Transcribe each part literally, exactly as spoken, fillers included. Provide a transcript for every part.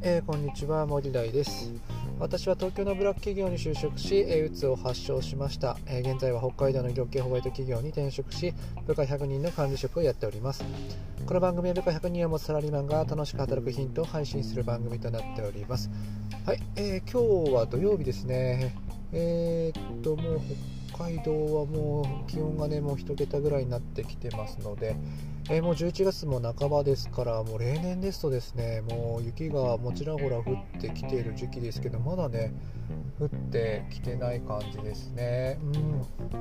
えー、こんにちは、森大です。私は東京のブラック企業に就職し、えー、うつを発症しました。えー、現在は北海道の医療系ホワイト企業に転職し、部下ひゃくにんの管理職をやっております。この番組は部下ひゃくにんを持つサラリーマンが楽しく働くヒントを配信する番組となっております。はい、えー、今日は土曜日ですね。えー、っともう北海道はもう気温がねもう一桁ぐらいになってきてますので、えー、もうじゅういちがつも半ばですから、もう例年ですとですね、もう雪がもちらほら降ってきている時期ですけど、まだね降ってきてない感じですね。うん、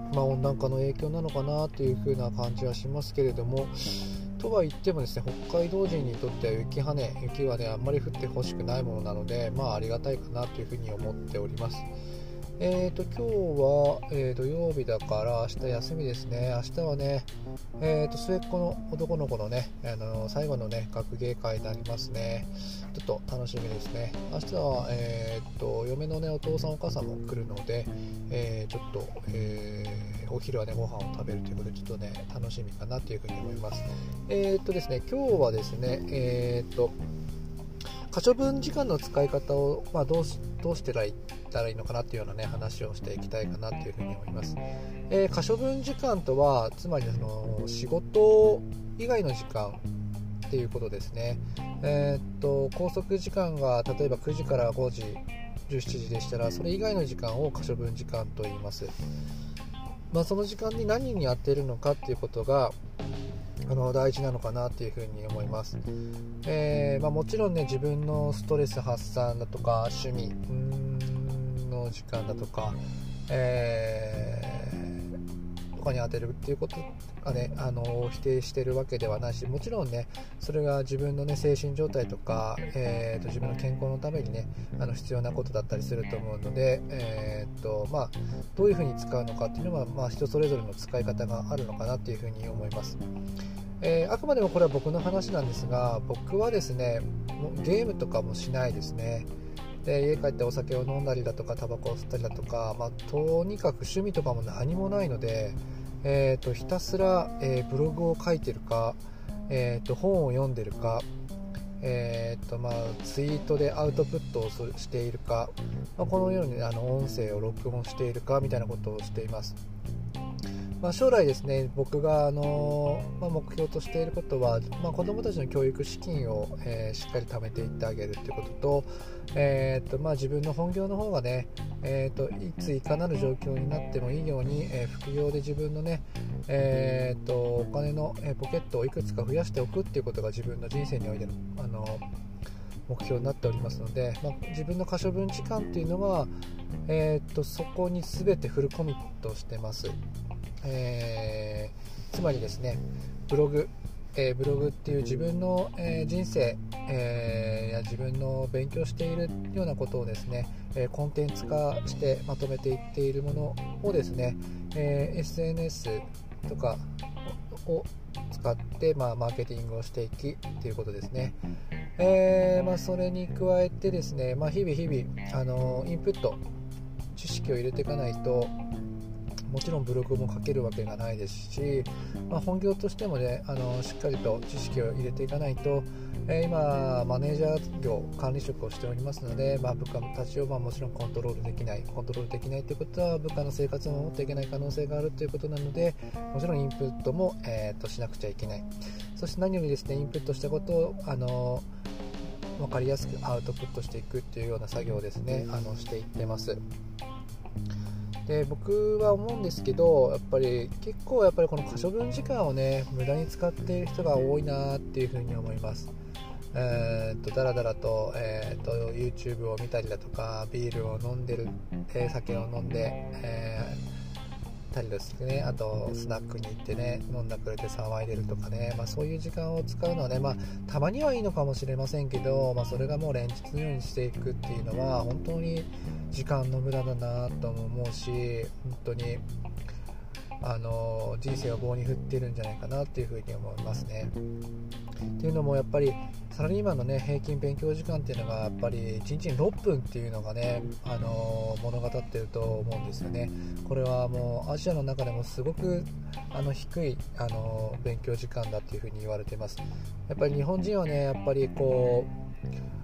まあ温暖化の影響なのかなという風な感じはしますけれども、とは言ってもですね、北海道人にとっては雪はね雪はねあんまり降ってほしくないものなので、まあありがたいかなという風に思っております。えーと今日は、えー、土曜日だから明日休みですね。明日はね、えーと末っ子の男の子のね、あのー、最後のね学芸会になりますね。ちょっと楽しみですね。明日は、えーと嫁のねお父さんお母さんも来るので、えー、ちょっと、えー、お昼はねご飯を食べるということで、ちょっとね楽しみかなというふうに思います。えーとですね今日はですねえーと可処分時間の使い方を、まあ、どうし、どうしてらいったらいいのかなっていうような、ね、話をしていきたいかなというふうに思います。えー、可処分時間とはつまりその仕事以外の時間っていうことですね。えー、っと拘束時間が例えばくじからごじ、じゅうしちじでしたら、それ以外の時間を可処分時間と言います。まあ、その時間に何にやっているのかっていうことがあの大事なのかなというふうに思います。えーまあ、もちろんね自分のストレス発散だとか趣味うーんの時間だとか、えー、とかに当てるっていうことがねあの否定してるわけではないし、もちろんねそれが自分のね精神状態とか、えー、と自分の健康のためにねあの必要なことだったりすると思うので、えーとまあ、どういうふうに使うのかっていうのは、まあ、人それぞれの使い方があるのかなというふうに思います。えー、あくまでもこれは僕の話なんですが、僕はですねゲームとかもしないですね。で家帰ってお酒を飲んだりだとかタバコを吸ったりだとか、まあ、とにかく趣味とかも何もないので、えー、とひたすら、えー、ブログを書いてるか、えー、と本を読んでるか、えーとまあ、ツイートでアウトプットをしているか、まあ、このようにあの音声を録音しているかみたいなことをしています。まあ、将来ですね僕が、あのーまあ、目標としていることは、まあ、子どもたちの教育資金を、えー、しっかり貯めていってあげるということと、えーとまあ、自分の本業の方がね、えーといついかなる状況になってもいいように、えー、副業で自分のね、えーとお金の、えー、ポケットをいくつか増やしておくっていうことが自分の人生においての、あのー目標になっておりますので、まあ、自分の可処分時間っていうのは、えーとそこに全てフルコミットしてます。えー、つまりですねブログ、えー、ブログっていう自分の、えー、人生、えー、や自分の勉強しているようなことをですね、えー、コンテンツ化してまとめていっているものをですね、えー、エスエヌエス とかを使って、まあ、マーケティングをしていきということですね。えーまあ、それに加えてですね、まあ、日々日々、あのー、インプット知識を入れていかないともちろんブログも書けるわけがないですし、まあ、本業としてもねあのしっかりと知識を入れていかないと、えー、今マネージャー業管理職をしておりますので、まあ、部下たちをまあもちろんコントロールできないコントロールできないということは部下の生活を守っていけない可能性があるということなので、もちろんインプットも、えー、としなくちゃいけない。そして何よりですねインプットしたことをあの分かりやすくアウトプットしていくっていうような作業をですねあのしていってます。で僕は思うんですけど、やっぱり結構やっぱりこの可処分時間をね無駄に使っている人が多いなっていうふうに思います。えー、っとだらだらと、えー、っと YouTube を見たりだとかビールを飲んでる、えー、酒を飲んで、えーたりですね、あとスナックに行ってね飲んだくれて騒いでるとかね、まあ、そういう時間を使うのはね、まあ、たまにはいいのかもしれませんけど、まあ、それがもう連日のようにしていくっていうのは本当に時間の無駄だなとも思うし、本当にあの人生を棒に振ってるんじゃないかなっていうふうに思いますね。っていうのもやっぱりサラリーマンのね平均勉強時間っていうのがやっぱりいちにちにろっぷんっていうのがね、あの物語ってると思うんですよね。これはもうアジアの中でもすごくあの低いあの勉強時間だっていうふうに言われています。やっぱり日本人はねやっぱりこう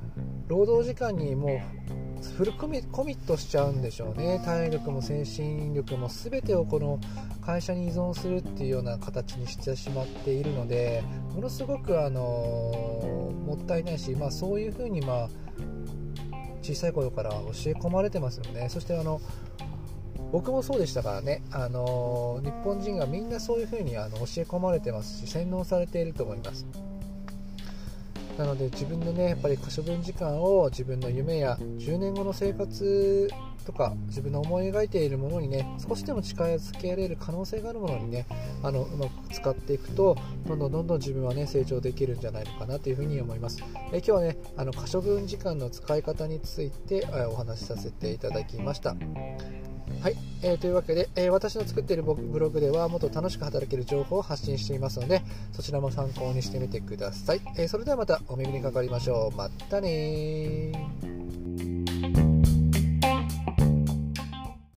労働時間にもうフルコミコミットしちゃうんでしょうね。体力も精神力も全てをこの会社に依存するっていうような形にしてしまっているので、ものすごくあのもったいないし、まあ、そういうふうに、まあ、小さい頃から教え込まれてますよね。そしてあの僕もそうでしたからね、あの日本人がみんなそういうふうにあの教え込まれてますし、洗脳されていると思います。なので自分のねやっぱり可処分時間を自分の夢やじゅうねんごの生活とか自分の思い描いているものにね少しでも近づけられる可能性があるものにねあのうまく使っていくとどんどんどんどん自分はね成長できるんじゃないのかなというふうに思います。え今日はねあの可処分時間の使い方についてお話しさせていただきました。はい、えー、というわけで、えー、私の作っているブログではもっと楽しく働ける情報を発信していますので、そちらも参考にしてみてください。えー、それではまたお耳にかかりましょう。またねー。